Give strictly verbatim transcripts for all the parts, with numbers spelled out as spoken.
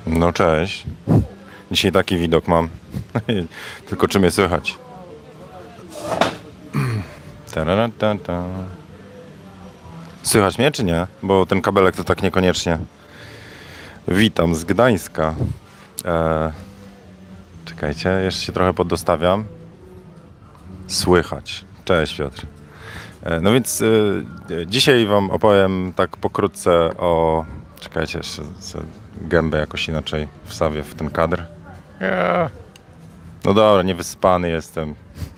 No cześć. Dzisiaj taki widok mam. Tylko czy mnie słychać? Tararantanta. Słychać mnie czy nie? Bo ten kabelek to tak niekoniecznie. Witam z Gdańska. Eee, czekajcie, jeszcze się trochę poddostawiam. Słychać. Cześć Piotr. E, no więc e, dzisiaj wam opowiem tak pokrótce o... Czekajcie, jeszcze sobie gębę jakoś inaczej wstawię w ten kadr. Yeah. No dobra, niewyspany jestem,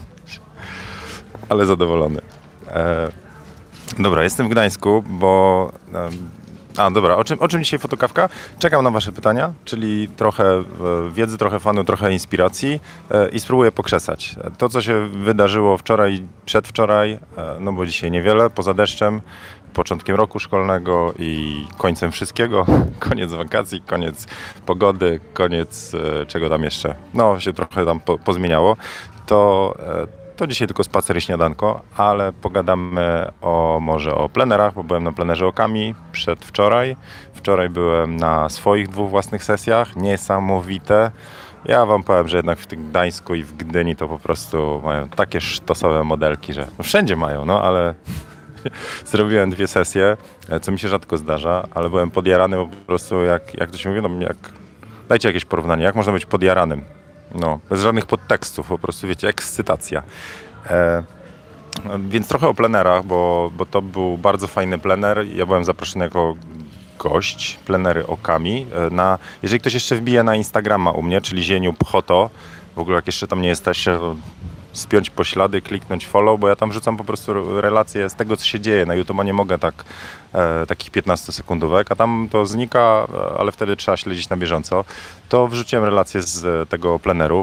ale zadowolony. E, dobra, jestem w Gdańsku, bo... E, a, dobra, o czym, o czym dzisiaj fotokawka? Czekam na wasze pytania, czyli trochę e, wiedzy, trochę fanu, trochę inspiracji e, i spróbuję pokrzesać. To, co się wydarzyło wczoraj, przedwczoraj, e, no bo dzisiaj niewiele, poza deszczem, początkiem roku szkolnego i końcem wszystkiego. Koniec wakacji, koniec pogody, koniec e, czego tam jeszcze. No, się trochę tam po, pozmieniało. To, e, to dzisiaj tylko spacer i śniadanko, ale pogadamy o może o plenerach, bo byłem na plenerze Okami przedwczoraj. Wczoraj byłem na swoich dwóch własnych sesjach. Niesamowite. Ja wam powiem, że jednak w tym Gdańsku i w Gdyni to po prostu mają takie sztosowe modelki, że no wszędzie mają, no ale zrobiłem dwie sesje, co mi się rzadko zdarza, ale byłem podjarany po prostu, jak, jak to się mówi, no jak... Dajcie jakieś porównanie, jak można być podjaranym? No, bez żadnych podtekstów, po prostu wiecie, ekscytacja. E, więc trochę o plenerach, bo, bo to był bardzo fajny plener. Ja byłem zaproszony jako gość plenery Okami. E, na, jeżeli ktoś jeszcze wbije na Instagrama u mnie, czyli Zieniu Pchoto, w ogóle jak jeszcze tam nie jesteście, to spiąć poślady, kliknąć follow, bo ja tam wrzucam po prostu relacje z tego, co się dzieje. Na YouTube nie mogę tak, e, takich piętnastosekundówek, a tam to znika, ale wtedy trzeba śledzić na bieżąco. To wrzuciłem relacje z tego pleneru.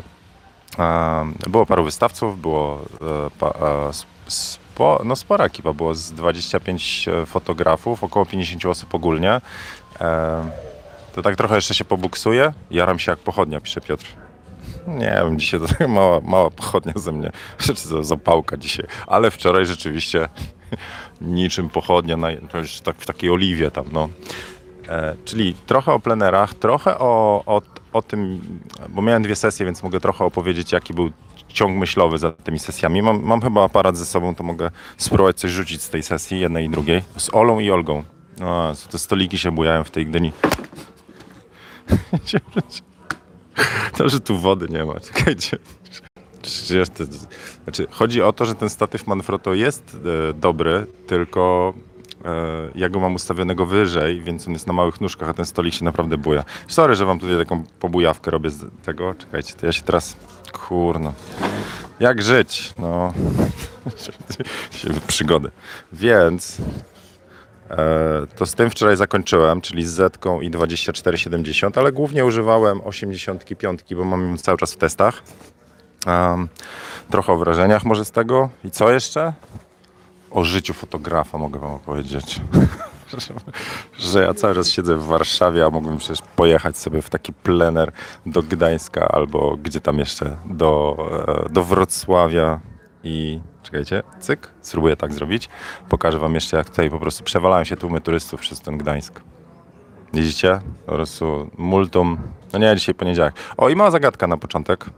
E, było paru wystawców, było e, pa, e, spo, no spora ekipa, było z dwudziestu pięciu fotografów, około pięćdziesiąt osób ogólnie. E, to tak trochę jeszcze się pobuksuje. Jaram się jak pochodnia, pisze Piotr. Nie wiem, dzisiaj to taka mała, mała pochodnia ze mnie, czy zapałka dzisiaj, ale wczoraj rzeczywiście niczym pochodnia, na, to już tak w takiej oliwie tam, no. E, czyli trochę o plenerach, trochę o, o, o tym, bo miałem dwie sesje, więc mogę trochę opowiedzieć, jaki był ciąg myślowy za tymi sesjami. Mam, mam chyba aparat ze sobą, to mogę spróbować coś rzucić z tej sesji, jednej i drugiej, z Olą i Olgą. O, te stoliki się bujają w tej Gdyni. To, że tu wody nie ma, czekajcie. Znaczy, chodzi o to, że ten statyw Manfrotto jest e, dobry, tylko e, ja go mam ustawionego wyżej, więc on jest na małych nóżkach, a ten stolik się naprawdę buja. Sorry, że wam tutaj taką pobujawkę robię z tego. Czekajcie, to ja się teraz... Kurno. Jak żyć? No... Przygody. Więc... To z tym wczoraj zakończyłem, czyli z Zetką i dwadzieścia cztery siedemdziesiąt, ale głównie używałem osiemdziesiąt pięć, bo mam ją cały czas w testach. Um, trochę o wrażeniach może z tego. I co jeszcze? O życiu fotografa mogę wam opowiedzieć. Że ja cały czas siedzę w Warszawie, a mógłbym przecież pojechać sobie w taki plener do Gdańska albo gdzie tam jeszcze, do, do Wrocławia. I czekajcie, cyk, spróbuję tak zrobić. Pokażę wam jeszcze, jak tutaj po prostu przewalają się tłumy turystów przez ten Gdańsk. Widzicie? Po prostu multum. No nie, dzisiaj poniedziałek. O, i mała zagadka na początek.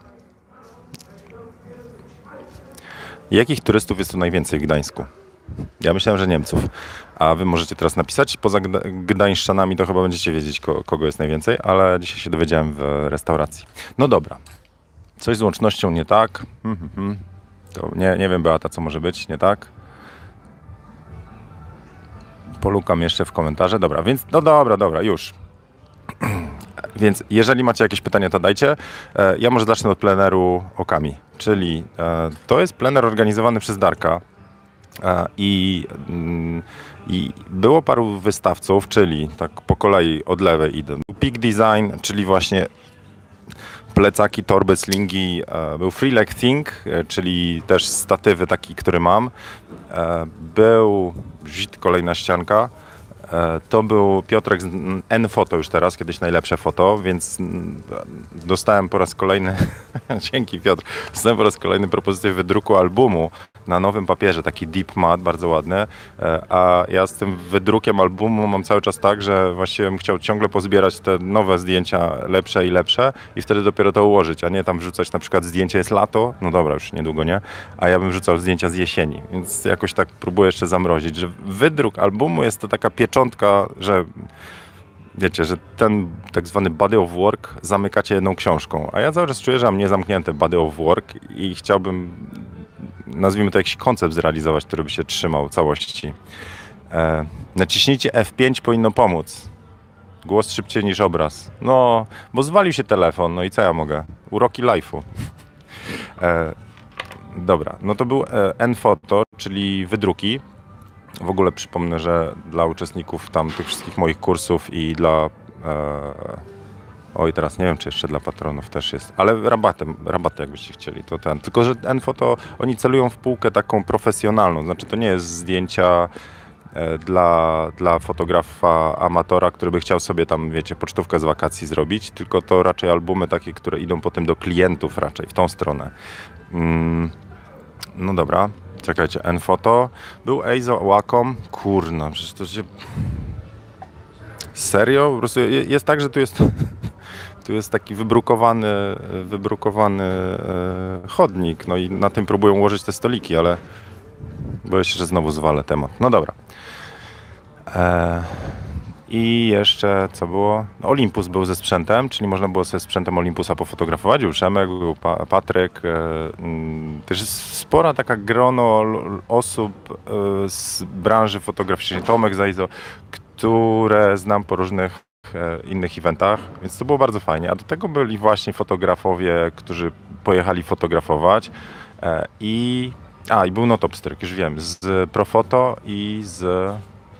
Jakich turystów jest tu najwięcej w Gdańsku? Ja myślałem, że Niemców. A wy możecie teraz napisać. Poza Gda Gdańszczanami to chyba będziecie wiedzieć, ko kogo jest najwięcej, ale dzisiaj się dowiedziałem w restauracji. No dobra. Coś z łącznością nie tak. Hmm, hmm, hmm. To nie, nie wiem, Beata, co może być, nie tak? Polukam jeszcze w komentarze. Dobra, więc no dobra, dobra, już. Więc jeżeli macie jakieś pytania, to dajcie. E, ja może zacznę od pleneru Okami, czyli e, to jest plener organizowany przez Darka e, i, mm, i było paru wystawców, czyli tak po kolei od lewej idę. Peak Design, czyli właśnie plecaki, torby, slingi, był Free Leg Thing, czyli też statywy taki, który mam. Był żit, kolejna ścianka. To był Piotrek z N-Foto już teraz, kiedyś najlepsze foto, więc dostałem po raz kolejny, dzięki Piotr, dostałem po raz kolejny propozycję wydruku albumu na nowym papierze, taki deep matte, bardzo ładny, e, a ja z tym wydrukiem albumu mam cały czas tak, że właściwie bym chciał ciągle pozbierać te nowe zdjęcia lepsze i lepsze i wtedy dopiero to ułożyć, a nie tam wrzucać na przykład zdjęcie jest lato, no dobra, już niedługo nie, a ja bym wrzucał zdjęcia z jesieni, więc jakoś tak próbuję jeszcze zamrozić, że wydruk albumu jest to taka pieczątka, że wiecie, że ten tak zwany body of work zamykacie jedną książką, a ja cały czas czuję, że mam niezamknięte body of work i chciałbym, nazwijmy to jakiś koncept zrealizować, który by się trzymał całości. E, naciśnijcie F pięć, powinno pomóc. Głos szybciej niż obraz. No, bo zwalił się telefon, no i co ja mogę? Uroki life'u. E, dobra, no to był e, N-Photo, czyli wydruki. W ogóle przypomnę, że dla uczestników tam tych wszystkich moich kursów i dla... E, oj, teraz nie wiem, czy jeszcze dla patronów też jest, ale rabatem, rabaty jakbyście chcieli, to ten. Tylko, że N-Photo, oni celują w półkę taką profesjonalną, znaczy to nie jest zdjęcia e, dla, dla fotografa amatora, który by chciał sobie tam, wiecie, pocztówkę z wakacji zrobić, tylko to raczej albumy takie, które idą potem do klientów raczej, w tą stronę. Mm, no dobra. Czekajcie, N-Photo. Był Eizo, Wacom. Kurna, przecież to się... Serio? Po prostu jest tak, że tu jest... Tu jest taki wybrukowany, wybrukowany e, chodnik. No i na tym próbują ułożyć te stoliki, ale... Boję się, że znowu zwalę temat. No dobra. E... I jeszcze co było? Olympus był ze sprzętem, czyli można było sobie sprzętem Olympusa pofotografować. Był Przemek, był pa Patryk. E, m, też jest spora taka grono osób e, z branży fotograficznej, Tomek Zajzo, które znam po różnych e, innych eventach, więc to było bardzo fajnie. A do tego byli właśnie fotografowie, którzy pojechali fotografować e, i... A, i był Notopstryk, już wiem, z Profoto i z...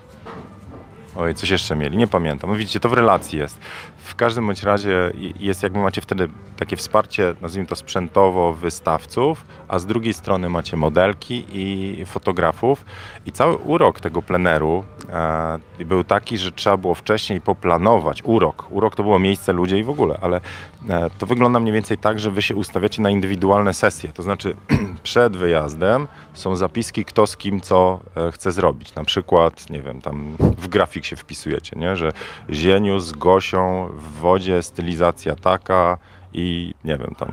Oj, coś jeszcze mieli, nie pamiętam. No widzicie, to w relacji jest. W każdym bądź razie jest, jakby macie wtedy takie wsparcie, nazwijmy to sprzętowo, wystawców, a z drugiej strony macie modelki i fotografów. I cały urok tego pleneru e, był taki, że trzeba było wcześniej poplanować. Urok. Urok to było miejsce, ludzie i w ogóle, ale e, to wygląda mniej więcej tak, że wy się ustawiacie na indywidualne sesje. To znaczy przed wyjazdem są zapiski, kto z kim co e, chce zrobić. Na przykład, nie wiem, tam w grafik się wpisujecie, nie? Że Zieniu z Gosią w wodzie, stylizacja taka i nie wiem, tam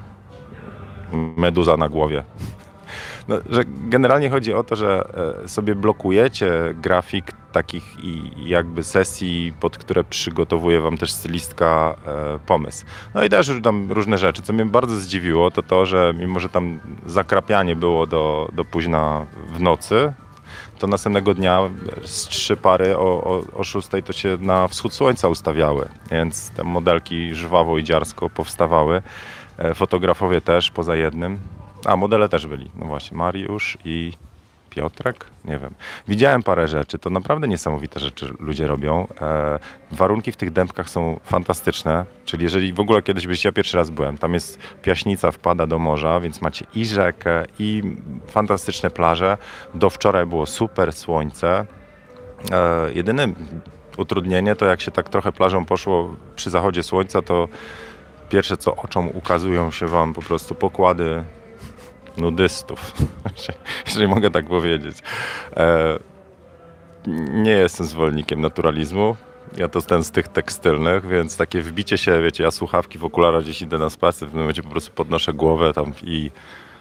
meduza na głowie. No, że generalnie chodzi o to, że e, sobie blokujecie grafik takich i jakby sesji, pod które przygotowuje wam też stylistka e, pomysł. No i też już tam różne rzeczy. Co mnie bardzo zdziwiło, to to, że mimo, że tam zakrapianie było do, do późna w nocy, to następnego dnia z trzy pary o, o, o szóstej to się na wschód słońca ustawiały, więc te modelki żwawo i dziarsko powstawały. E, fotografowie też, poza jednym. A, modele też byli. No właśnie, Mariusz i Piotrek? Nie wiem. Widziałem parę rzeczy. To naprawdę niesamowite rzeczy ludzie robią. E, warunki w tych dębkach są fantastyczne. Czyli jeżeli w ogóle kiedyś byś, ja pierwszy raz byłem, tam jest Piaśnica, wpada do morza, więc macie i rzekę, i fantastyczne plaże. Do wczoraj było super słońce. E, jedyne utrudnienie to jak się tak trochę plażą poszło przy zachodzie słońca, to pierwsze co oczom ukazują się wam po prostu pokłady nudystów, jeżeli mogę tak powiedzieć. E, nie jestem zwolennikiem naturalizmu. Ja to ten z tych tekstylnych, więc takie wbicie się, wiecie, ja słuchawki w okularach gdzieś idę na spacer, w tym momencie po prostu podnoszę głowę tam i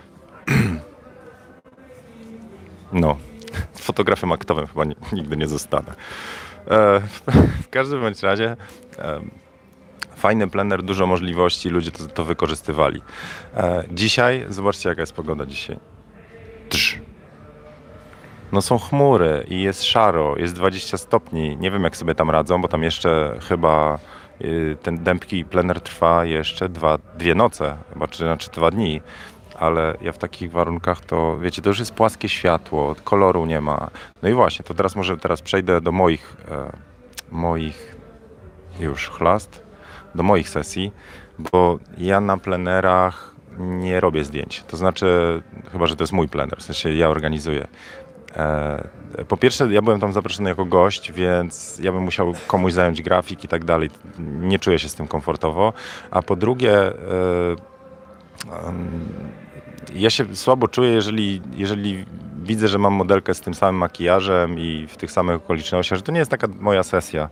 no, fotografem aktowym chyba nie, nigdy nie zostanę. E, w każdym bądź razie e, fajny plener, dużo możliwości, ludzie to, to wykorzystywali. E, dzisiaj, zobaczcie jaka jest pogoda dzisiaj. Drz. No są chmury i jest szaro, jest dwadzieścia stopni. Nie wiem jak sobie tam radzą, bo tam jeszcze chyba y, ten dębki plener trwa jeszcze dwa, dwie noce, chyba czy znaczy dwa dni. Ale ja w takich warunkach to, wiecie, to już jest płaskie światło, koloru nie ma. No i właśnie, to teraz może teraz przejdę do moich, e, moich już chlast. do moich sesji, bo ja na plenerach nie robię zdjęć. To znaczy, chyba że to jest mój plener, w sensie ja organizuję. E, po pierwsze, ja byłem tam zaproszony jako gość, więc ja bym musiał komuś zająć grafik i tak dalej. Nie czuję się z tym komfortowo. A po drugie, e, ja się słabo czuję, jeżeli, jeżeli widzę, że mam modelkę z tym samym makijażem i w tych samych okolicznościach, że to nie jest taka moja sesja.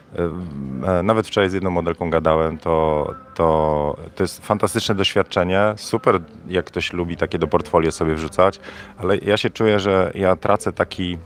E, Nawet wczoraj z jedną modelką gadałem, to, to, to jest fantastyczne doświadczenie. Super, jak ktoś lubi takie do portfolio sobie wrzucać, ale ja się czuję, że ja tracę taki...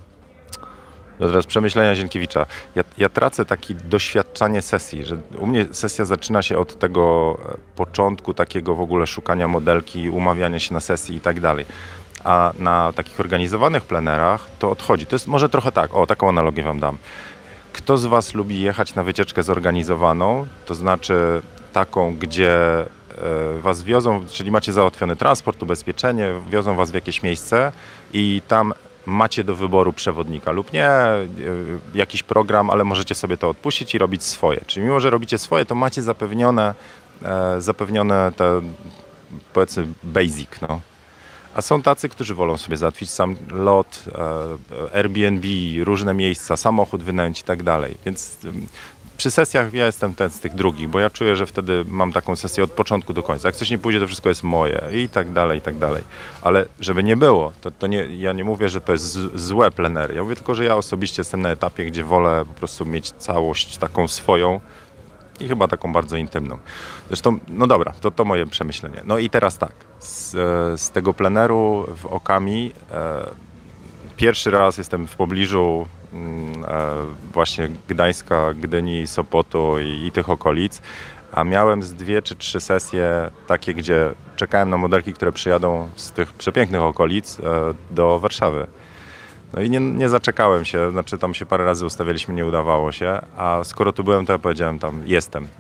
No teraz przemyślenia Zienkiewicza. Ja, ja tracę takie doświadczanie sesji, że u mnie sesja zaczyna się od tego e, początku takiego w ogóle szukania modelki, umawiania się na sesji i tak dalej. A na takich organizowanych plenerach to odchodzi. To jest może trochę tak, o taką analogię wam dam. Kto z was lubi jechać na wycieczkę zorganizowaną, to znaczy taką, gdzie e, was wiozą, czyli macie załatwiony transport, ubezpieczenie, wiozą was w jakieś miejsce i tam macie do wyboru przewodnika lub nie, e, jakiś program, ale możecie sobie to odpuścić i robić swoje. Czyli mimo, że robicie swoje, to macie zapewnione, e, zapewnione te, powiedzmy, basic, no. A są tacy, którzy wolą sobie załatwić sam lot, e, Airbnb, różne miejsca, samochód wynająć i tak dalej. Więc ym, przy sesjach ja jestem ten z tych drugich, bo ja czuję, że wtedy mam taką sesję od początku do końca. Jak coś nie pójdzie, to wszystko jest moje i tak dalej, i tak dalej. Ale żeby nie było, to, to nie, ja nie mówię, że to jest z, złe plenery. Ja mówię tylko, że ja osobiście jestem na etapie, gdzie wolę po prostu mieć całość taką swoją i chyba taką bardzo intymną. Zresztą, no dobra, to, to moje przemyślenie. No i teraz tak, z, z tego pleneru w Okami e, pierwszy raz jestem w pobliżu mm, e, właśnie Gdańska, Gdyni, Sopotu i, i tych okolic, a miałem z dwie czy trzy sesje takie, gdzie czekałem na modelki, które przyjadą z tych przepięknych okolic e, do Warszawy. No i nie, nie zaczekałem się, znaczy tam się parę razy ustawialiśmy, nie udawało się, a skoro tu byłem, to ja powiedziałem tam, jestem.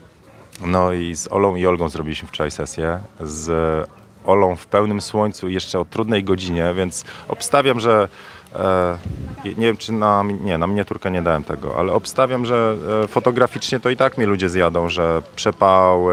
No i z Olą i Olgą zrobiliśmy wczoraj sesję, z Olą w pełnym słońcu jeszcze o trudnej godzinie, więc obstawiam, że e, nie wiem czy na, nie, na miniaturkę nie dałem tego, ale obstawiam, że e, fotograficznie to i tak mnie ludzie zjadą, że przepały,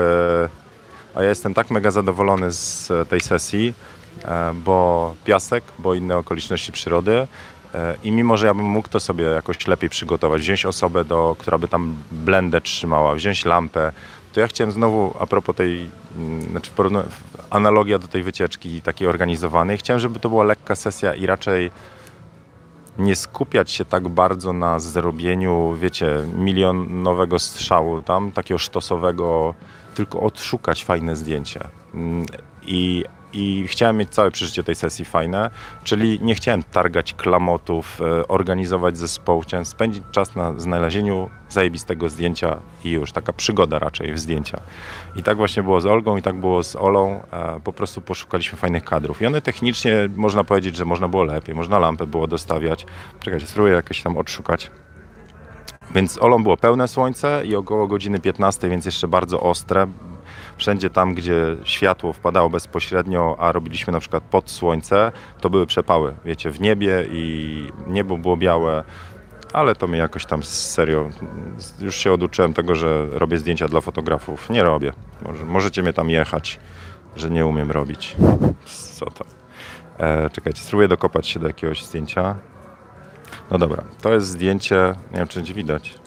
a ja jestem tak mega zadowolony z tej sesji, e, bo piasek, bo inne okoliczności przyrody. E, I mimo, że ja bym mógł to sobie jakoś lepiej przygotować, wziąć osobę, do, która by tam blendę trzymała, wziąć lampę, to ja chciałem znowu, a propos tej, mm, znaczy porównu- analogia do tej wycieczki takiej organizowanej, chciałem, żeby to była lekka sesja i raczej nie skupiać się tak bardzo na zrobieniu, wiecie, milionowego strzału tam, takiego sztosowego, tylko odszukać fajne zdjęcie. Mm, I, I chciałem mieć całe przeżycie tej sesji fajne, czyli nie chciałem targać klamotów, e, organizować zespołu, chciałem spędzić czas na znalezieniu zajebistego zdjęcia i już, taka przygoda raczej w zdjęcia. I tak właśnie było z Olgą i tak było z Olą, e, po prostu poszukaliśmy fajnych kadrów. I one technicznie, można powiedzieć, że można było lepiej, można lampę było dostawiać. Czekajcie, spróbuję jakieś tam odszukać. Więc z Olą było pełne słońce i około godziny piętnastej, więc jeszcze bardzo ostre. Wszędzie tam, gdzie światło wpadało bezpośrednio, a robiliśmy na przykład pod słońce, to były przepały, wiecie, w niebie i niebo było białe, ale to mnie jakoś tam serio, już się oduczyłem tego, że robię zdjęcia dla fotografów. Nie robię. Może, możecie mnie tam jechać, że nie umiem robić. Co to? E, czekajcie, spróbuję dokopać się do jakiegoś zdjęcia. No dobra, to jest zdjęcie, nie wiem czy będzie widać.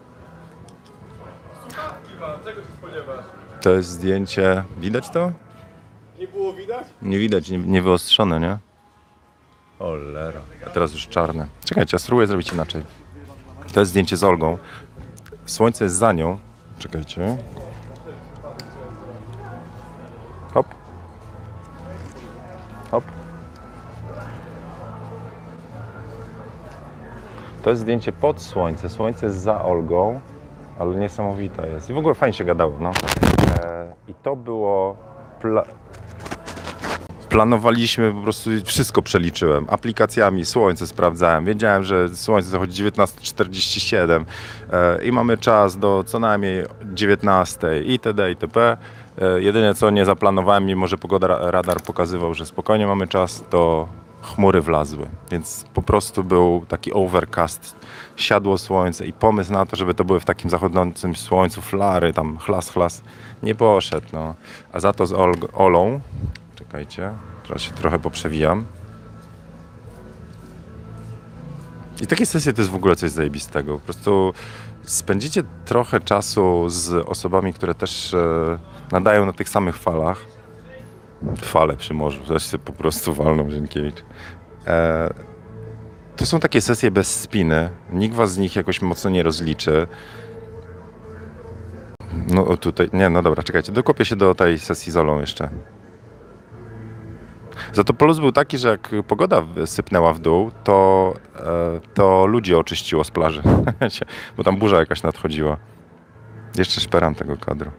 Czego się spodziewasz? To jest zdjęcie, widać to? Nie było widać? Nie widać, nie, nie wyostrzone, nie? Cholera. A teraz już czarne. Czekajcie, ja spróbuję zrobić inaczej. To jest zdjęcie z Olgą. Słońce jest za nią. Czekajcie. Hop. Hop. To jest zdjęcie pod słońce. Słońce jest za Olgą, ale niesamowite jest. I w ogóle fajnie się gadało, no. E, I to było... Pla- Planowaliśmy, po prostu wszystko przeliczyłem. Aplikacjami słońce sprawdzałem. Wiedziałem, że słońce zachodzi dziewiętnasta czterdzieści siedem e, i mamy czas do co najmniej dziewiętnastej itd. itp. E, jedyne co nie zaplanowałem, mimo że pogoda radar pokazywał, że spokojnie mamy czas, to chmury wlazły. Więc po prostu był taki overcast. Siadło słońce i pomysł na to, żeby to były w takim zachodzącym słońcu flary, tam chlas, chlas, nie poszedł. No. A za to z Ol- Olą, czekajcie, teraz się trochę poprzewijam. I takie sesje to jest w ogóle coś zajebistego. Po prostu spędzicie trochę czasu z osobami, które też e, nadają na tych samych falach. Fale przy morzu, zaś się po prostu walną Zienkiewicz. E, to są takie sesje bez spiny. Nikt was z nich jakoś mocno nie rozliczy. No o tutaj, nie, no dobra, czekajcie, dokopię się do tej sesji z Olą jeszcze. Za to plus był taki, że jak pogoda sypnęła w dół, to, e, to ludzi oczyściło z plaży, bo tam burza jakaś nadchodziła. Jeszcze szperam tego kadru.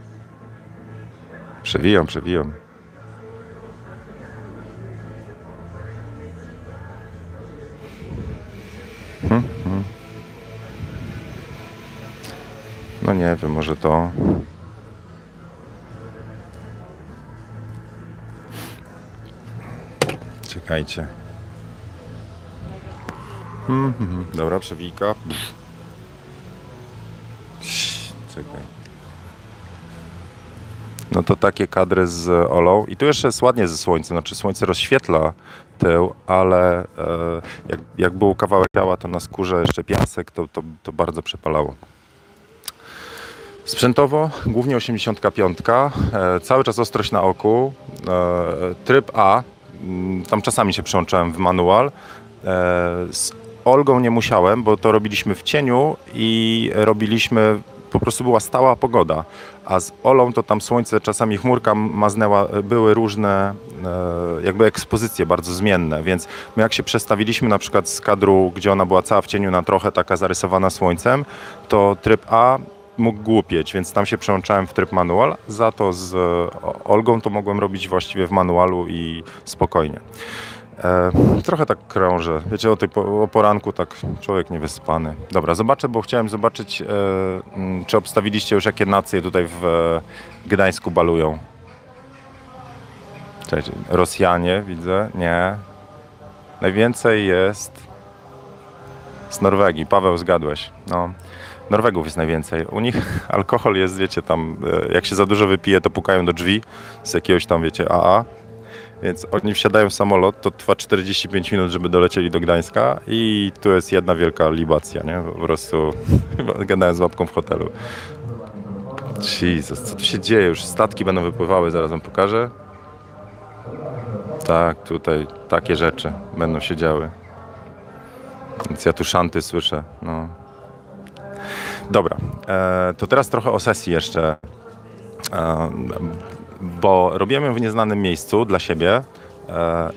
Przewijam, przewijam. Hmm, hmm. No nie wiem, może to... Czekajcie. Hmm, hmm, hmm. Dobra, przewijka. Czekaj. No to takie kadry z Olą. I tu jeszcze jest ładnie ze słońcem, znaczy słońce rozświetla tył, ale e, jak, jak był kawałek ciała, to na skórze jeszcze piasek, to, to, to bardzo przepalało. Sprzętowo głównie osiemdziesiąt pięć, e, cały czas ostrość na oku, e, tryb A, m, tam czasami się przełączałem w manual. E, z Olgą nie musiałem, bo to robiliśmy w cieniu i robiliśmy, po prostu była stała pogoda, a z Olą to tam słońce, czasami chmurka maznęła, były różne e, jakby ekspozycje bardzo zmienne, więc my jak się przestawiliśmy na przykład z kadru, gdzie ona była cała w cieniu na trochę taka zarysowana słońcem, to tryb A mógł głupieć, więc tam się przełączałem w tryb manual, za to z Olgą to mogłem robić właściwie w manualu i spokojnie. E, trochę tak krążę. Wiecie, o, tej, o poranku tak człowiek niewyspany. Dobra, zobaczę, bo chciałem zobaczyć, e, m, czy obstawiliście już jakie nacje tutaj w e, Gdańsku balują. Cześć, Rosjanie widzę, nie. Najwięcej jest z Norwegii. Paweł, zgadłeś. No. Norwegów jest najwięcej. U nich alkohol jest, wiecie, tam e, jak się za dużo wypije, to pukają do drzwi z jakiegoś tam, wiecie, A A. Więc oni wsiadają w samolot, to trwa czterdzieści pięć minut, żeby dolecieli do Gdańska i tu jest jedna wielka libacja, nie? Po prostu gadałem z łapką w hotelu. Jezus, co tu się dzieje? Już statki będą wypływały, zaraz wam pokażę. Tak, tutaj takie rzeczy będą się działy. Więc ja tu szanty słyszę, no. Dobra, e, to teraz trochę o sesji jeszcze. E, bo robiłem ją w nieznanym miejscu dla siebie e,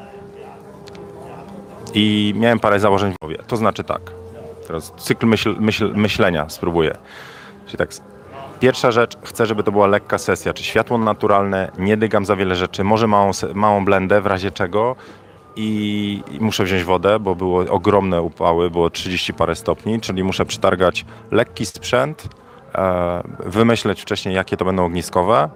i miałem parę założeń w głowie. To znaczy tak, teraz cykl myśl, myśl, myślenia spróbuję. Czyli tak, pierwsza rzecz, chcę, żeby to była lekka sesja, czy światło naturalne, nie dygam za wiele rzeczy, może małą, małą blendę w razie czego i, i muszę wziąć wodę, bo były ogromne upały, było trzydzieści parę stopni, czyli muszę przytargać lekki sprzęt, e, wymyśleć wcześniej, jakie to będą ogniskowe,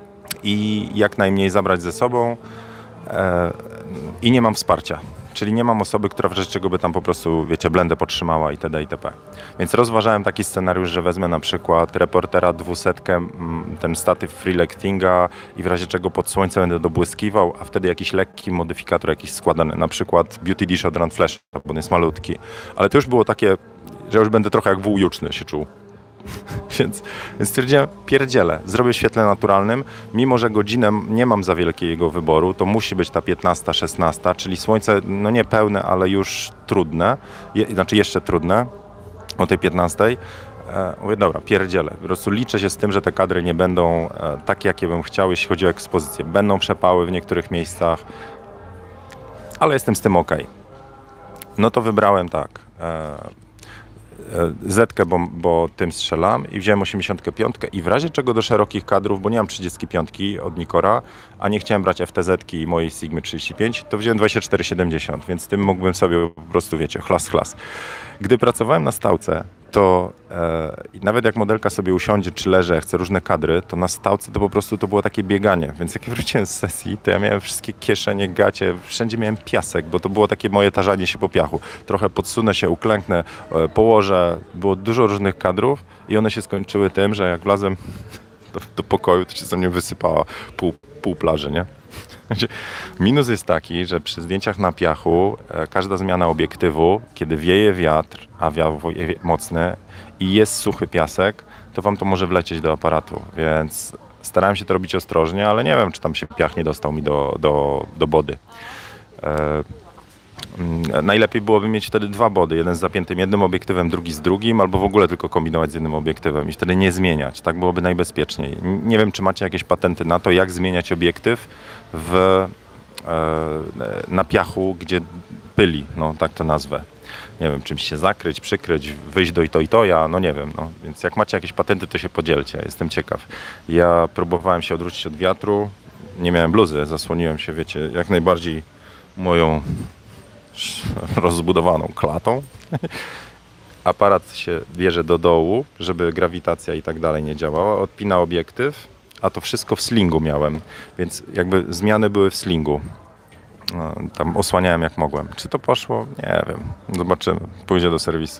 i jak najmniej zabrać ze sobą e, i nie mam wsparcia, czyli nie mam osoby, która w razie czego by tam po prostu, wiecie, blendę podtrzymała itd. itp. Więc rozważałem taki scenariusz, że wezmę na przykład reportera dwusetkę, ten statyw Freelectinga i w razie czego pod słońce będę dobłyskiwał, a wtedy jakiś lekki modyfikator, jakiś składany, na przykład Beauty Dish od Run Flash, bo on jest malutki. Ale to już było takie, że już będę trochę jak wół juczny się czuł. Więc, więc stwierdziłem, pierdzielę, zrobię w świetle naturalnym, mimo że godzinę nie mam za wielkiego wyboru, to musi być ta piętnasta, szesnasta, czyli słońce, no nie pełne, ale już trudne, je, znaczy jeszcze trudne, o tej piętnastej. E, mówię, dobra, pierdzielę, po prostu liczę się z tym, że te kadry nie będą e, takie, jakie bym chciał, jeśli chodzi o ekspozycję. Będą przepały w niektórych miejscach, ale jestem z tym ok. No to wybrałem tak. E, Zetkę, bo, bo tym strzelam i wziąłem osiemdziesiąt pięć i w razie czego do szerokich kadrów, bo nie mam trzydzieści pięć od Nikora, a nie chciałem brać F T Z-ki i mojej Sigmy trzydzieści pięć, to wziąłem dwadzieścia cztery siedemdziesiąt, więc tym mógłbym sobie po prostu, wiecie, chlas, chlas. Gdy pracowałem na stałce, to e, nawet jak modelka sobie usiądzie czy leży, chce różne kadry, to na stałce to po prostu to było takie bieganie, więc jak wróciłem z sesji, to ja miałem wszystkie kieszenie, gacie, wszędzie miałem piasek, bo to było takie moje tarzanie się po piachu. Trochę podsunę się, uklęknę, e, położę, było dużo różnych kadrów i one się skończyły tym, że jak wlazłem do, do pokoju, to się ze mnie wysypała pół, pół plaży, nie? Minus jest taki, że przy zdjęciach na piachu e, każda zmiana obiektywu, kiedy wieje wiatr, a wiatr mocny i jest suchy piasek, to wam to może wlecieć do aparatu, więc Starałem się to robić ostrożnie, ale nie wiem, czy tam się piach nie dostał mi do, do, do body. E, mm, najlepiej byłoby mieć wtedy dwa body, jeden z zapiętym jednym obiektywem, drugi z drugim, albo w ogóle tylko kombinować z jednym obiektywem i wtedy nie zmieniać. Tak byłoby najbezpieczniej. Nie wiem, czy macie jakieś patenty na to, jak zmieniać obiektyw w, e, na piachu, gdzie pyli, no tak to nazwę. Nie wiem, czymś się zakryć, przykryć, wyjść do ito i toja, no nie wiem. No. Więc jak macie jakieś patenty, to się podzielcie, jestem ciekaw. Ja próbowałem się odwrócić od wiatru, nie miałem bluzy, zasłoniłem się, wiecie, jak najbardziej moją rozbudowaną klatą. Aparat się bierze do dołu, żeby grawitacja i tak dalej nie działała, odpina obiektyw, a to wszystko w slingu miałem, więc jakby zmiany były w slingu. No, tam osłaniałem jak mogłem. Czy to poszło? Nie wiem. Zobaczymy. Pójdzie do serwisu.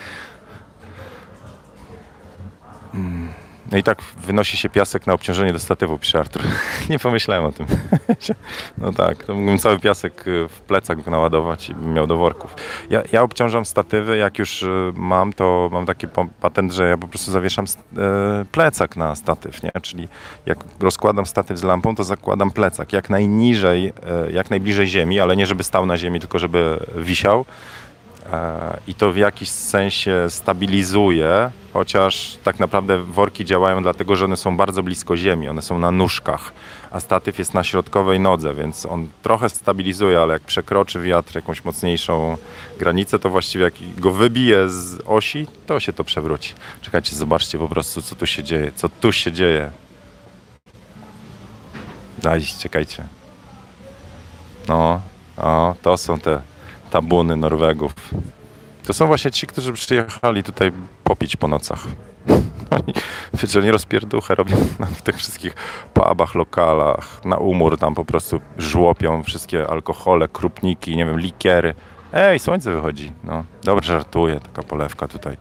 Mm. No i tak wynosi się piasek na obciążenie do statywu, pisze Artur. Nie pomyślałem o tym. No tak, to mógłbym cały piasek w plecach naładować i bym miał do worków. Ja, ja obciążam statywy, jak już mam, to mam taki patent, że ja po prostu zawieszam plecak na statyw, nie? Czyli jak rozkładam statyw z lampą, to zakładam plecak jak najniżej, jak najbliżej ziemi, ale nie żeby stał na ziemi, tylko żeby wisiał. I to w jakiś sensie stabilizuje, chociaż tak naprawdę worki działają dlatego, że one są bardzo blisko ziemi, one są na nóżkach, a statyw jest na środkowej nodze, więc on trochę stabilizuje, ale jak przekroczy wiatr jakąś mocniejszą granicę, to właściwie jak go wybije z osi, to się to przewróci. Czekajcie, zobaczcie po prostu, co tu się dzieje, co tu się dzieje. Daj, czekajcie. No, o, to są te tabuny Norwegów. To są właśnie ci, którzy przyjechali tutaj popić po nocach. Oni, wiecie, oni rozpierduchę robią w tych wszystkich pubach, lokalach, na umór tam po prostu żłopią wszystkie alkohole, krupniki, nie wiem, likiery. Ej, słońce wychodzi. No, dobrze, żartuję, taka polewka tutaj.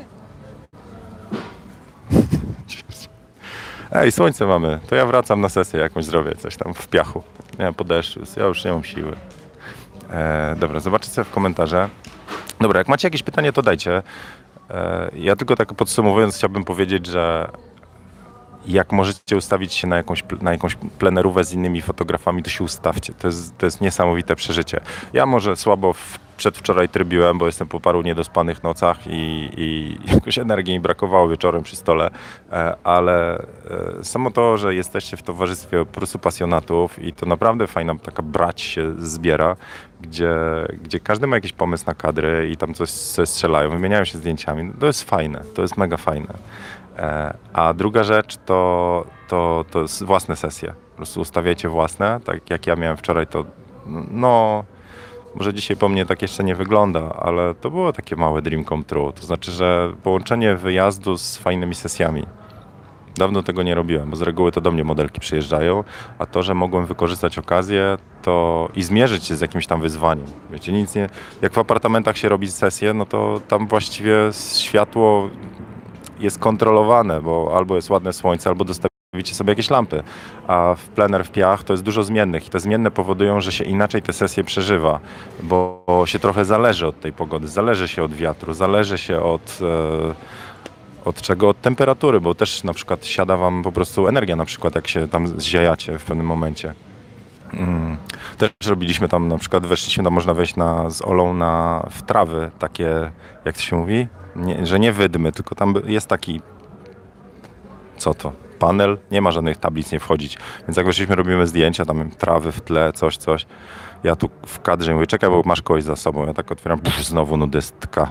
Ej, słońce mamy, to ja wracam na sesję jakąś zrobię, coś tam w piachu. Nie, po deszczu, ja już nie mam siły. E, dobra, zobaczcie sobie w komentarze. Dobra, jak macie jakieś pytanie, to dajcie. E, ja tylko tak podsumowując chciałbym powiedzieć, że jak możecie ustawić się na jakąś, na jakąś plenerówę z innymi fotografami, to się ustawcie. To jest, to jest niesamowite przeżycie. Ja może słabo w, przedwczoraj trybiłem, bo jestem po paru niedospanych nocach i, i jakoś energii mi brakowało wieczorem przy stole, e, ale e, samo to, że jesteście w towarzystwie po prostu pasjonatów i to naprawdę fajna taka brać się zbiera, gdzie, gdzie każdy ma jakiś pomysł na kadry i tam coś, coś strzelają, wymieniają się zdjęciami. To jest fajne, to jest mega fajne. A druga rzecz to, to, to jest własne sesje. Po prostu ustawiajcie własne, tak jak ja miałem wczoraj, to no, może dzisiaj po mnie tak jeszcze nie wygląda, ale to było takie małe dream come true. To znaczy, że połączenie wyjazdu z fajnymi sesjami. Dawno tego nie robiłem, bo z reguły to do mnie modelki przyjeżdżają, a to, że mogłem wykorzystać okazję to i zmierzyć się z jakimś tam wyzwaniem. Wiecie, nic nie... Jak w apartamentach się robi sesję, no to tam właściwie światło jest kontrolowane, bo albo jest ładne słońce, albo dostawicie sobie jakieś lampy, a w plener, w piach to jest dużo zmiennych i te zmienne powodują, że się inaczej te sesje przeżywa, bo się trochę zależy od tej pogody, zależy się od wiatru, zależy się od, e, od czego? Od temperatury, bo też na przykład siada wam po prostu energia, na przykład jak się tam zziajacie w pewnym momencie. Mm. Też robiliśmy tam, na przykład weszliśmy, tam można wejść na, z Olą na, w trawy, takie, jak to się mówi? Nie, że nie wydmy, tylko tam jest taki, co to, panel, nie ma żadnych tablic, nie wchodzić. Więc jak weszliśmy, robimy zdjęcia, tam trawy w tle, coś, coś. Ja tu w kadrze mówię, czekaj, bo masz kogoś za sobą. Ja tak otwieram, pff, znowu nudystka.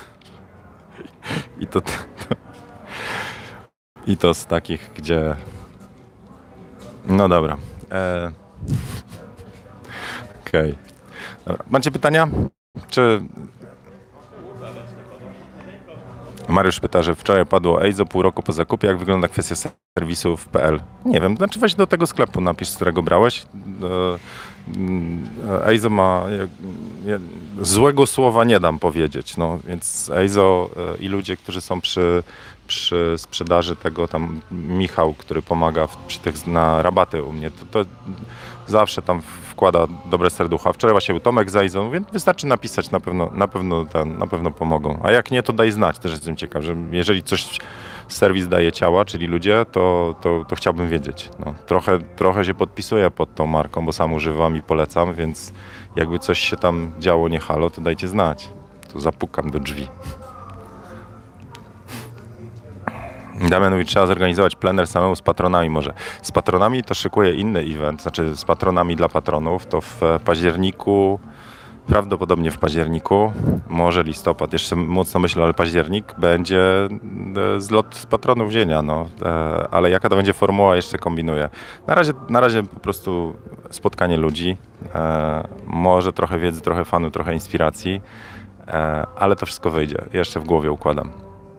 I to, to, i to z takich, gdzie... No dobra. E... Okej. Okay. Macie pytania? Czy... Mariusz pyta, że wczoraj padło Eizo pół roku po zakupie. Jak wygląda kwestia serwisów kropka p l? Nie wiem, znaczy weź do tego sklepu napisz, z którego brałeś. Eizo ma... Złego słowa nie dam powiedzieć, no więc Eizo i ludzie, którzy są przy, przy sprzedaży tego, tam Michał, który pomaga w, przy tych na rabaty u mnie, to, to zawsze tam wkłada dobre serducha. Wczoraj właśnie był Tomek z Eizo, więc wystarczy napisać, na pewno, na pewno, ten, na pewno pomogą. A jak nie, to daj znać, też jestem ciekaw, że jeżeli coś serwis daje ciała, czyli ludzie, to, to, to chciałbym wiedzieć. No, trochę, trochę się podpisuję pod tą marką, bo sam używam i polecam, więc jakby coś się tam działo nie halo, to dajcie znać. Tu zapukam do drzwi. Damian mówi, trzeba zorganizować plener samemu z patronami może. Z patronami to szykuję inny event, znaczy z patronami dla patronów, to w październiku, prawdopodobnie w październiku, może listopad, jeszcze mocno myślę, ale październik będzie e, zlot z patronów zienia, no. E, ale jaka to będzie formuła, jeszcze kombinuję. Na razie, na razie po prostu spotkanie ludzi, e, może trochę wiedzy, trochę fanu, trochę inspiracji, e, ale to wszystko wyjdzie, jeszcze w głowie układam.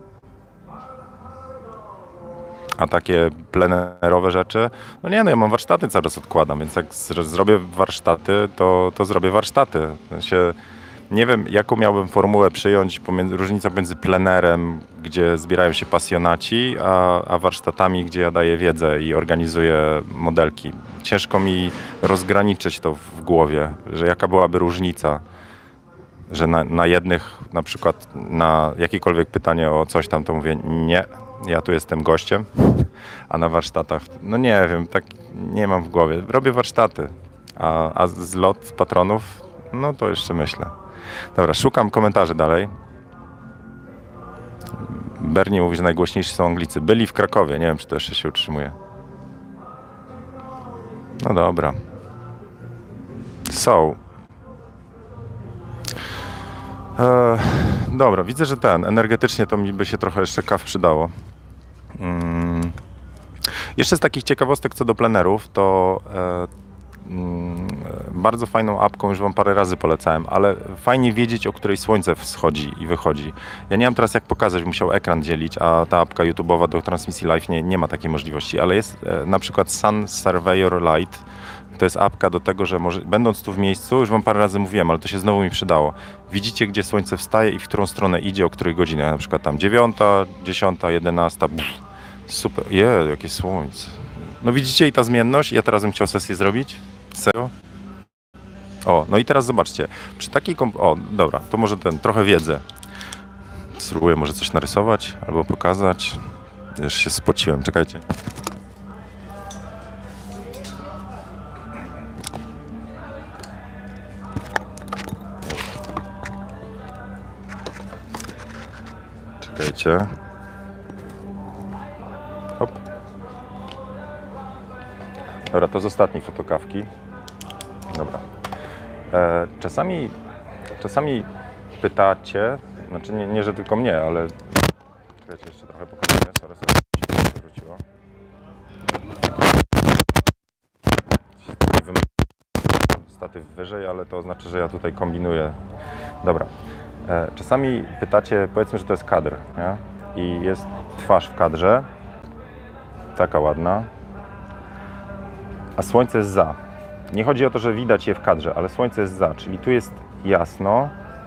A takie plenerowe rzeczy, no nie, no ja mam warsztaty, cały czas odkładam, więc jak z- zrobię warsztaty, to, to zrobię warsztaty. W sensie, nie wiem, jaką miałbym formułę przyjąć, pomiędzy, różnica między plenerem, gdzie zbierają się pasjonaci, a, a warsztatami, gdzie ja daję wiedzę i organizuję modelki. Ciężko mi rozgraniczyć to w głowie, że jaka byłaby różnica, że na, na jednych, na przykład na jakiekolwiek pytanie o coś tam, to mówię nie, ja tu jestem gościem, a na warsztatach, no nie wiem, tak nie mam w głowie. Robię warsztaty, a, a zlot patronów, no to jeszcze myślę. Dobra, szukam komentarzy dalej. Bernie mówi, że najgłośniejsi są Anglicy. Byli w Krakowie, nie wiem, czy to jeszcze się utrzymuje. No dobra. Są. E, dobra, widzę, że ten, energetycznie to mi by się trochę jeszcze kaw przydało. Mm. Jeszcze z takich ciekawostek co do plenerów, to e, mm, bardzo fajną apką, już wam parę razy polecałem, ale fajnie wiedzieć, o której słońce wschodzi i wychodzi. Ja nie mam teraz jak pokazać, musiał ekran dzielić, a ta apka YouTube'owa do transmisji live nie, nie ma takiej możliwości, ale jest e, na przykład Sun Surveyor Lite. To jest apka do tego, że może, będąc tu w miejscu, już wam parę razy mówiłem, ale to się znowu mi przydało. Widzicie, gdzie słońce wstaje i w którą stronę idzie, o której godzinie. Na przykład tam dziewiąta, dziesiąta, jedenasta. Super. Je, jakie słońce. No widzicie i ta zmienność. Ja teraz bym chciał sesję zrobić. Serio? O, no i teraz zobaczcie. Przy takiej komp... O, dobra, to może ten, trochę wiedzę. Spróbuję może coś narysować albo pokazać. Już się spociłem, czekajcie. Czekajcie. Hop. Dobra, to z ostatniej fotokawki. Dobra. E, czasami, czasami pytacie, znaczy nie, nie, że tylko mnie, ale... Czekajcie, jeszcze trochę pokażę. Sorry, sorry, się wróciło. Statyw wyżej, ale to oznacza, że ja tutaj kombinuję. Dobra. E, czasami pytacie, powiedzmy, że to jest kadr, nie? I jest twarz w kadrze, taka ładna, a słońce jest za. Nie chodzi o to, że widać je w kadrze, ale słońce jest za, czyli tu jest jasno,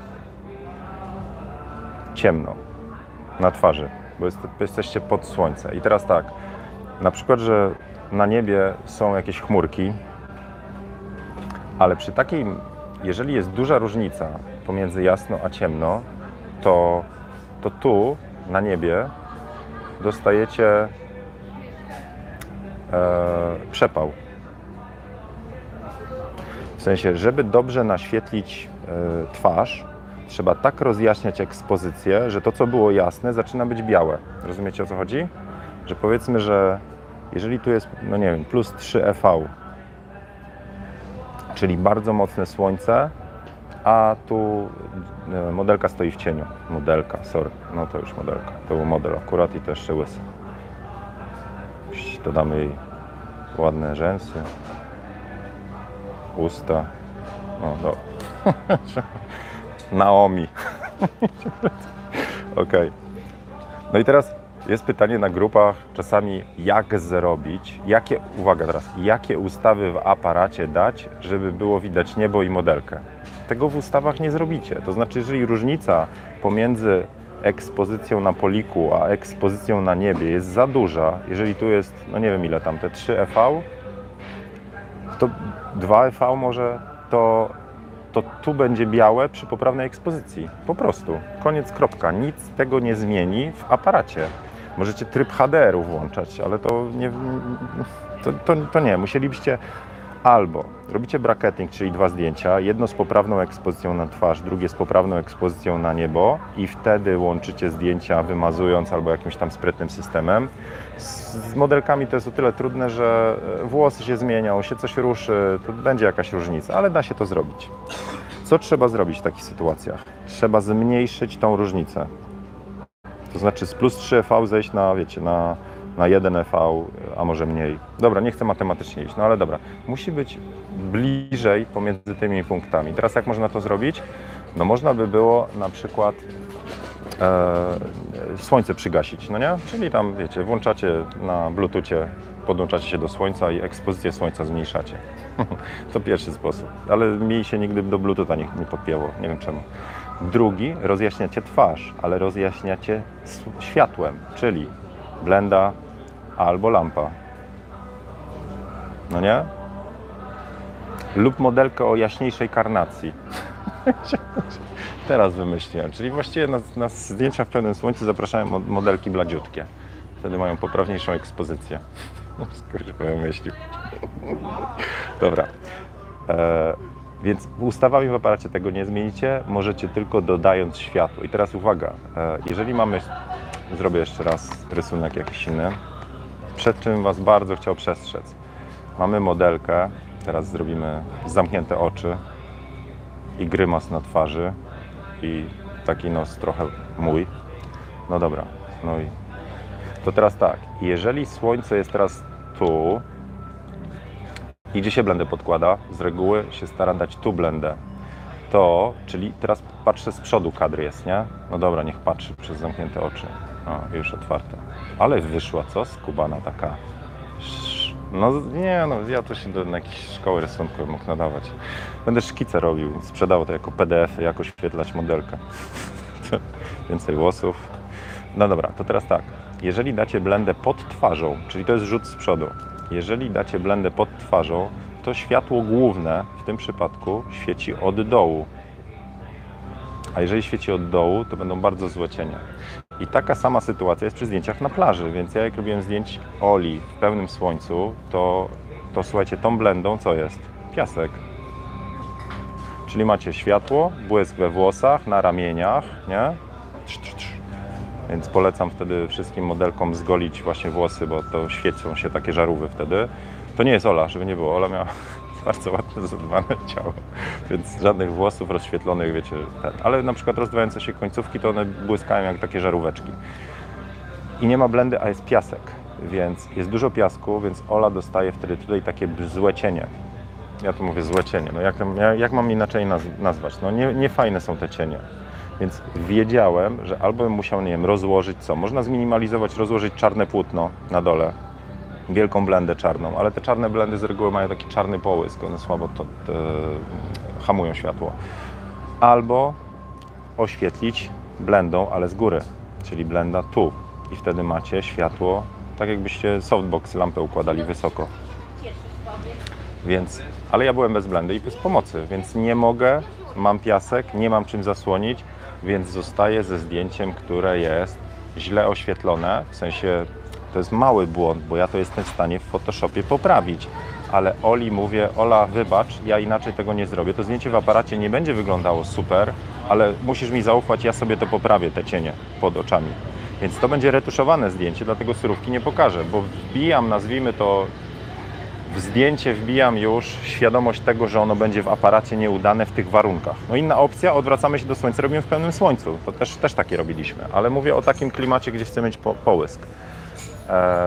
ciemno na twarzy, bo jest, jesteście pod słońce. I teraz tak, na przykład, że na niebie są jakieś chmurki, ale przy takim, jeżeli jest duża różnica pomiędzy jasno a ciemno, to, to tu na niebie dostajecie e, przepał. W sensie, żeby dobrze naświetlić e, twarz, trzeba tak rozjaśniać ekspozycję, że to, co było jasne, zaczyna być białe. Rozumiecie, o co chodzi? Że powiedzmy, że jeżeli tu jest, no nie wiem, plus trzy E V, czyli bardzo mocne słońce, a tu e, modelka stoi w cieniu. Modelka, sorry, no to już modelka. To był model akurat i to jeszcze łysy. Dodamy jej ładne rzęsy, usta. No dobra. Naomi. Okej. Okay. No i teraz jest pytanie na grupach czasami, jak zrobić, jakie, uwaga teraz, jakie ustawy w aparacie dać, żeby było widać niebo i modelkę. Tego w ustawach nie zrobicie. To znaczy, jeżeli różnica pomiędzy ekspozycją na poliku, a ekspozycją na niebie jest za duża, jeżeli tu jest, no nie wiem ile tam, te trzy E V, to dwa E V może, to, to tu będzie białe przy poprawnej ekspozycji. Po prostu. Koniec, kropka. Nic tego nie zmieni w aparacie. Możecie tryb H D R-u włączać, ale to nie, to, to, to nie. Musielibyście albo robicie bracketing, czyli dwa zdjęcia, jedno z poprawną ekspozycją na twarz, drugie z poprawną ekspozycją na niebo i wtedy łączycie zdjęcia wymazując albo jakimś tam sprytnym systemem. Z, z modelkami to jest o tyle trudne, że włosy się zmienią, się coś ruszy, to będzie jakaś różnica, ale da się to zrobić. Co trzeba zrobić w takich sytuacjach? Trzeba zmniejszyć tą różnicę. To znaczy z plus trzy F V zejść na, wiecie, na, na jeden F V, a może mniej. Dobra, nie chcę matematycznie iść, no ale dobra. Musi być bliżej pomiędzy tymi punktami. Teraz jak można to zrobić? No można by było na przykład e, słońce przygasić, no nie? Czyli tam, wiecie, włączacie na bluetoothie, podłączacie się do słońca i ekspozycję słońca zmniejszacie. To pierwszy sposób, ale mi się nigdy do bluetootha nie, nie podpięło, nie wiem czemu. Drugi, rozjaśniacie twarz, ale rozjaśniacie światłem, czyli blenda albo lampa. No nie? Lub modelkę o jaśniejszej karnacji. Teraz wymyśliłem, czyli właściwie na, na zdjęcia w pełnym słońcu zapraszają modelki bladziutkie. Wtedy mają poprawniejszą ekspozycję. Skoro wymyślił. Dobra. E, Więc ustawami w aparacie tego nie zmienicie, możecie tylko dodając światło. I teraz uwaga, jeżeli mamy, zrobię jeszcze raz rysunek jakiś inny, przed czym Was bardzo chciał przestrzec. Mamy modelkę, teraz zrobimy zamknięte oczy i grymas na twarzy i taki nos trochę mój. No dobra, no i to teraz tak, jeżeli słońce jest teraz tu, i gdzie się blendę podkłada? Z reguły się stara dać tu blendę. To, czyli teraz patrzę z przodu kadr jest, nie? No dobra, niech patrzy przez zamknięte oczy. O, już otwarte. Ale wyszła, co? Skubana taka. No nie, no ja to się do na jakiejś szkoły rysunku mógł nadawać. Będę szkice robił, sprzedawał to jako P D F-y, jak oświetlać modelkę. Więcej włosów. No dobra, to teraz tak. Jeżeli dacie blendę pod twarzą, czyli to jest rzut z przodu. Jeżeli dacie blendę pod twarzą, to światło główne w tym przypadku świeci od dołu. A jeżeli świeci od dołu, to będą bardzo złe cienie. I taka sama sytuacja jest przy zdjęciach na plaży, więc ja jak robiłem zdjęć Oli w pełnym słońcu, to, to słuchajcie, tą blendą co jest? Piasek. Czyli macie światło, błysk we włosach, na ramieniach, nie? Trz, trz, trz. Więc polecam wtedy wszystkim modelkom zgolić właśnie włosy, bo to świecą się takie żarówy wtedy. To nie jest Ola, żeby nie było. Ola miała bardzo ładne, zadbane ciało, więc żadnych włosów rozświetlonych, wiecie, ten. Ale na przykład rozdwające się końcówki, to one błyskają jak takie żaróweczki. I nie ma blendy, a jest piasek, więc jest dużo piasku, więc Ola dostaje wtedy tutaj takie złe cienie. Ja tu mówię złe cienie, no jak, jak mam inaczej nazwać? No nie, nie fajne są te cienie. Więc wiedziałem, że albo bym musiał, nie wiem, rozłożyć co? Można zminimalizować, rozłożyć czarne płótno na dole, wielką blendę czarną, ale te czarne blendy z reguły mają taki czarny połysk, one słabo to, to hamują światło. Albo oświetlić blendą, ale z góry, czyli blenda tu i wtedy macie światło, tak jakbyście softbox lampę układali wysoko. Więc, ale ja byłem bez blendy i bez pomocy, więc nie mogę, mam piasek, nie mam czym zasłonić, więc zostaję ze zdjęciem, które jest źle oświetlone, w sensie to jest mały błąd, bo ja to jestem w stanie w Photoshopie poprawić, ale Oli mówię, Ola wybacz, ja inaczej tego nie zrobię, to zdjęcie w aparacie nie będzie wyglądało super, ale musisz mi zaufać, ja sobie to poprawię, te cienie pod oczami. Więc to będzie retuszowane zdjęcie, dlatego surówki nie pokażę, bo wbijam, nazwijmy to, w zdjęcie wbijam już świadomość tego, że ono będzie w aparacie nieudane w tych warunkach. No inna opcja, odwracamy się do słońca, robimy w pełnym słońcu. To też, też takie robiliśmy, ale mówię o takim klimacie, gdzie chcę mieć po, połysk. E,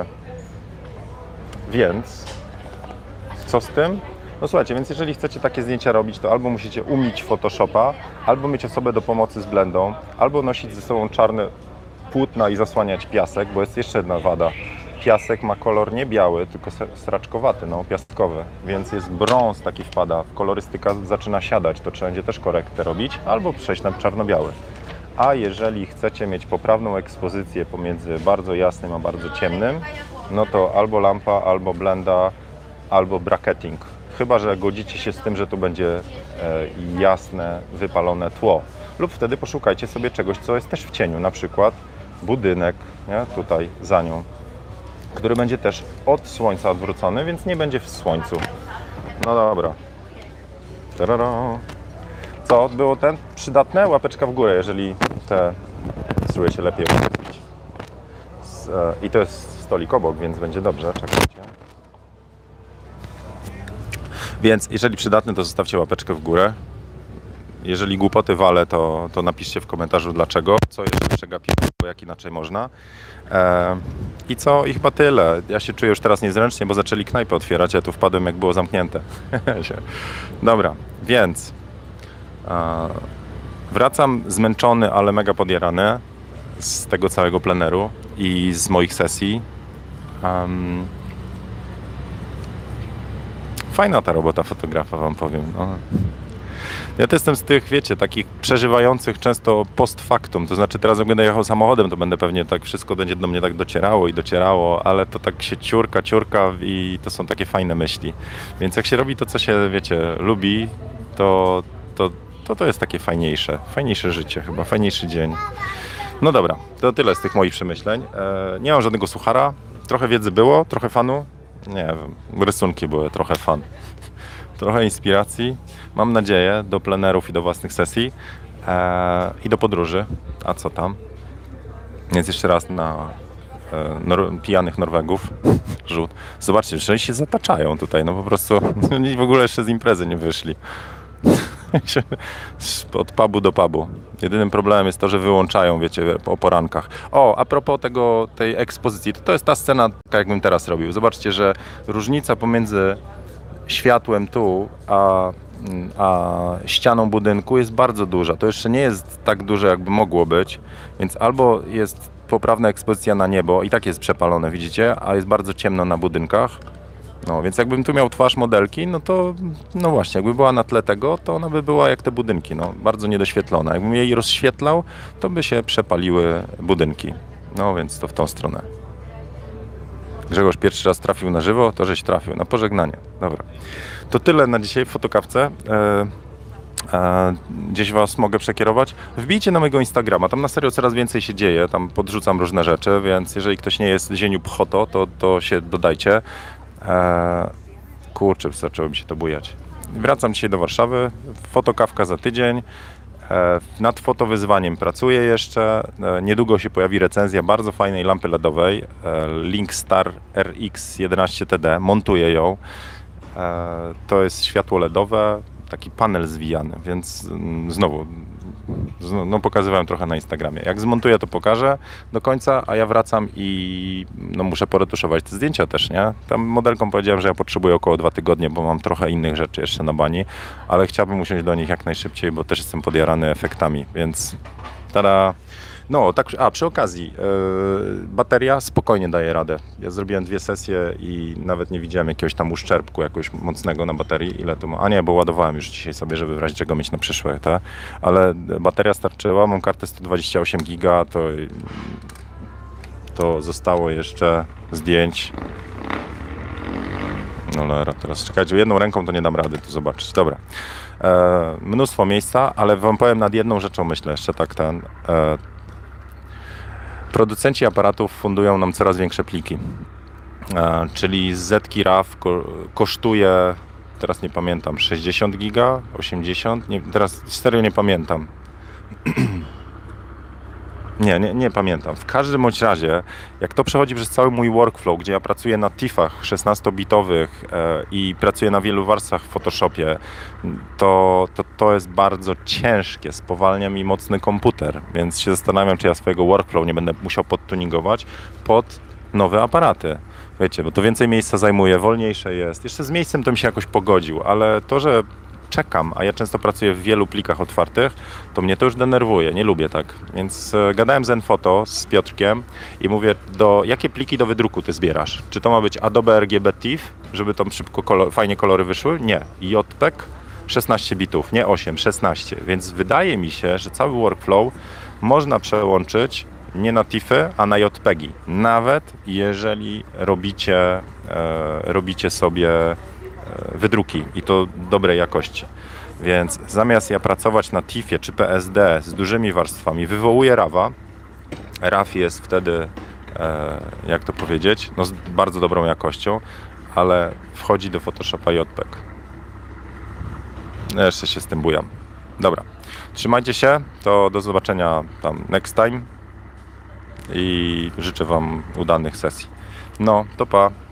więc co z tym? No słuchajcie, więc jeżeli chcecie takie zdjęcia robić, to albo musicie umieć Photoshopa, albo mieć osobę do pomocy z blendą, albo nosić ze sobą czarne płótna i zasłaniać piasek, bo jest jeszcze jedna wada. Piasek ma kolor nie biały, tylko straczkowaty, no piaskowy, więc jest brąz taki wpada, kolorystyka zaczyna siadać, to trzeba będzie też korektę robić, albo przejść na czarno-biały. A jeżeli chcecie mieć poprawną ekspozycję pomiędzy bardzo jasnym a bardzo ciemnym, no to albo lampa, albo blenda, albo bracketing. Chyba że godzicie się z tym, że tu będzie e, jasne, wypalone tło. Lub wtedy poszukajcie sobie czegoś, co jest też w cieniu, na przykład budynek, nie? Tutaj, za nią, który będzie też od słońca odwrócony, więc nie będzie w słońcu. No dobra. Tarara. Co, było ten przydatne? Łapeczka w górę, jeżeli te spróbuję się lepiej ustawić. I to jest stolik obok, więc będzie dobrze. Czekajcie. Więc jeżeli przydatne, to zostawcie łapeczkę w górę. Jeżeli głupoty walę, to, to napiszcie w komentarzu dlaczego. Co jeszcze przegapiłem, bo jak inaczej można. E, I co? I chyba tyle. Ja się czuję już teraz niezręcznie, bo zaczęli knajpy otwierać, ja tu wpadłem jak było zamknięte. Dobra, więc e, wracam zmęczony, ale mega podjarany z tego całego pleneru i z moich sesji. Um, fajna ta robota fotografa, wam powiem. No. Ja to jestem z tych, wiecie, takich przeżywających często post factum, to znaczy teraz jak będę jechał samochodem, to będę pewnie tak, wszystko będzie do mnie tak docierało i docierało, ale to tak się ciurka, ciurka i to są takie fajne myśli. Więc jak się robi to, co się, wiecie, lubi, to to, to, to jest takie fajniejsze, fajniejsze życie chyba, fajniejszy dzień. No dobra, to tyle z tych moich przemyśleń. E, nie mam żadnego suchara, trochę wiedzy było, trochę fanu, nie wiem, rysunki były, trochę fan. Trochę inspiracji, mam nadzieję, do plenerów i do własnych sesji e, i do podróży. A co tam? Więc jeszcze raz na e, nor- pijanych Norwegów rzut. Zobaczcie, że oni się zataczają tutaj, no po prostu oni w ogóle jeszcze z imprezy nie wyszli. Od pubu do pubu. Jedynym problemem jest to, że wyłączają, wiecie, o porankach. O, a propos tego, tej ekspozycji, to, to jest ta scena, tak jakbym teraz robił. Zobaczcie, że różnica pomiędzy światłem tu, a, a ścianą budynku jest bardzo duża. To jeszcze nie jest tak duże, jakby mogło być, więc albo jest poprawna ekspozycja na niebo i tak jest przepalone, widzicie, a jest bardzo ciemno na budynkach. No, więc jakbym tu miał twarz modelki, no to, no właśnie, jakby była na tle tego, to ona by była jak te budynki, no, bardzo niedoświetlona. Jakbym jej rozświetlał, to by się przepaliły budynki. No, więc to w tą stronę. Grzegorz pierwszy raz trafił na żywo, to żeś trafił na pożegnanie. Dobra. To tyle na dzisiaj w fotokawce. E, e, gdzieś was mogę przekierować. Wbijcie na mojego Instagrama, tam na serio coraz więcej się dzieje, tam podrzucam różne rzeczy, więc jeżeli ktoś nie jest zieniu pchoto, to, to się dodajcie. E, kurczę, zaczęło mi się to bujać. Wracam dzisiaj do Warszawy, fotokawka za tydzień. Nad fotowyzwaniem pracuję jeszcze. Niedługo się pojawi recenzja bardzo fajnej lampy LEDowej Linkstar R X jedenaście T D. Montuję ją. To jest światło LEDowe, taki panel zwijany, więc znowu no, pokazywałem trochę na Instagramie. Jak zmontuję, to pokażę do końca, a ja wracam i no, muszę poretuszować te zdjęcia też, nie? Tam modelkom powiedziałem, że ja potrzebuję około dwa tygodnie, bo mam trochę innych rzeczy jeszcze na bani, ale chciałbym usiąść do nich jak najszybciej, bo też jestem podjarany efektami, więc tada! No, tak, a przy okazji, yy, bateria spokojnie daje radę. Ja zrobiłem dwie sesje i nawet nie widziałem jakiegoś tam uszczerbku jakoś mocnego na baterii, ile to ma. A nie, bo ładowałem już dzisiaj sobie, żeby w razie czego mieć na przyszłe te, ale bateria starczyła, mam kartę sto dwadzieścia osiem giga, to, to zostało jeszcze zdjęć. No ale teraz czekajcie, jedną ręką to nie dam rady tu zobaczyć. Dobra. E, mnóstwo miejsca, ale wam powiem nad jedną rzeczą, myślę jeszcze tak ten... E, Producenci aparatów fundują nam coraz większe pliki, e, czyli Zetki R A W ko kosztuje, teraz nie pamiętam, sześćdziesiąt giga, osiemdziesiąt, nie, teraz serio nie pamiętam. Nie, nie, nie pamiętam. W każdym bądź razie, jak to przechodzi przez cały mój workflow, gdzie ja pracuję na tifach szesnastobitowych e, i pracuję na wielu warstwach w Photoshopie, to, to to jest bardzo ciężkie, spowalnia mi mocny komputer, więc się zastanawiam, czy ja swojego workflow nie będę musiał podtuningować pod nowe aparaty. Wiecie, bo to więcej miejsca zajmuje, wolniejsze jest. Jeszcze z miejscem to mi się jakoś pogodził, ale to, że czekam, a ja często pracuję w wielu plikach otwartych, to mnie to już denerwuje, nie lubię tak. Więc e, gadałem z Enfoto, z Piotrkiem i mówię, do, jakie pliki do wydruku ty zbierasz? Czy to ma być Adobe R G B T I F, żeby tam szybko kolor, fajnie kolory wyszły? Nie. JPEG szesnaście bitów, nie osiem, szesnaście. Więc wydaje mi się, że cały workflow można przełączyć nie na tify, a na JPEGi. Nawet jeżeli robicie, e, robicie sobie wydruki i to dobrej jakości. Więc zamiast ja pracować na tifie czy P S D z dużymi warstwami, wywołuję rawa. R A W jest wtedy e, jak to powiedzieć, no z bardzo dobrą jakością, ale wchodzi do Photoshopa J P E G. Ja jeszcze się z tym bujam. Dobra, trzymajcie się, to do zobaczenia tam next time i życzę Wam udanych sesji. No, to pa.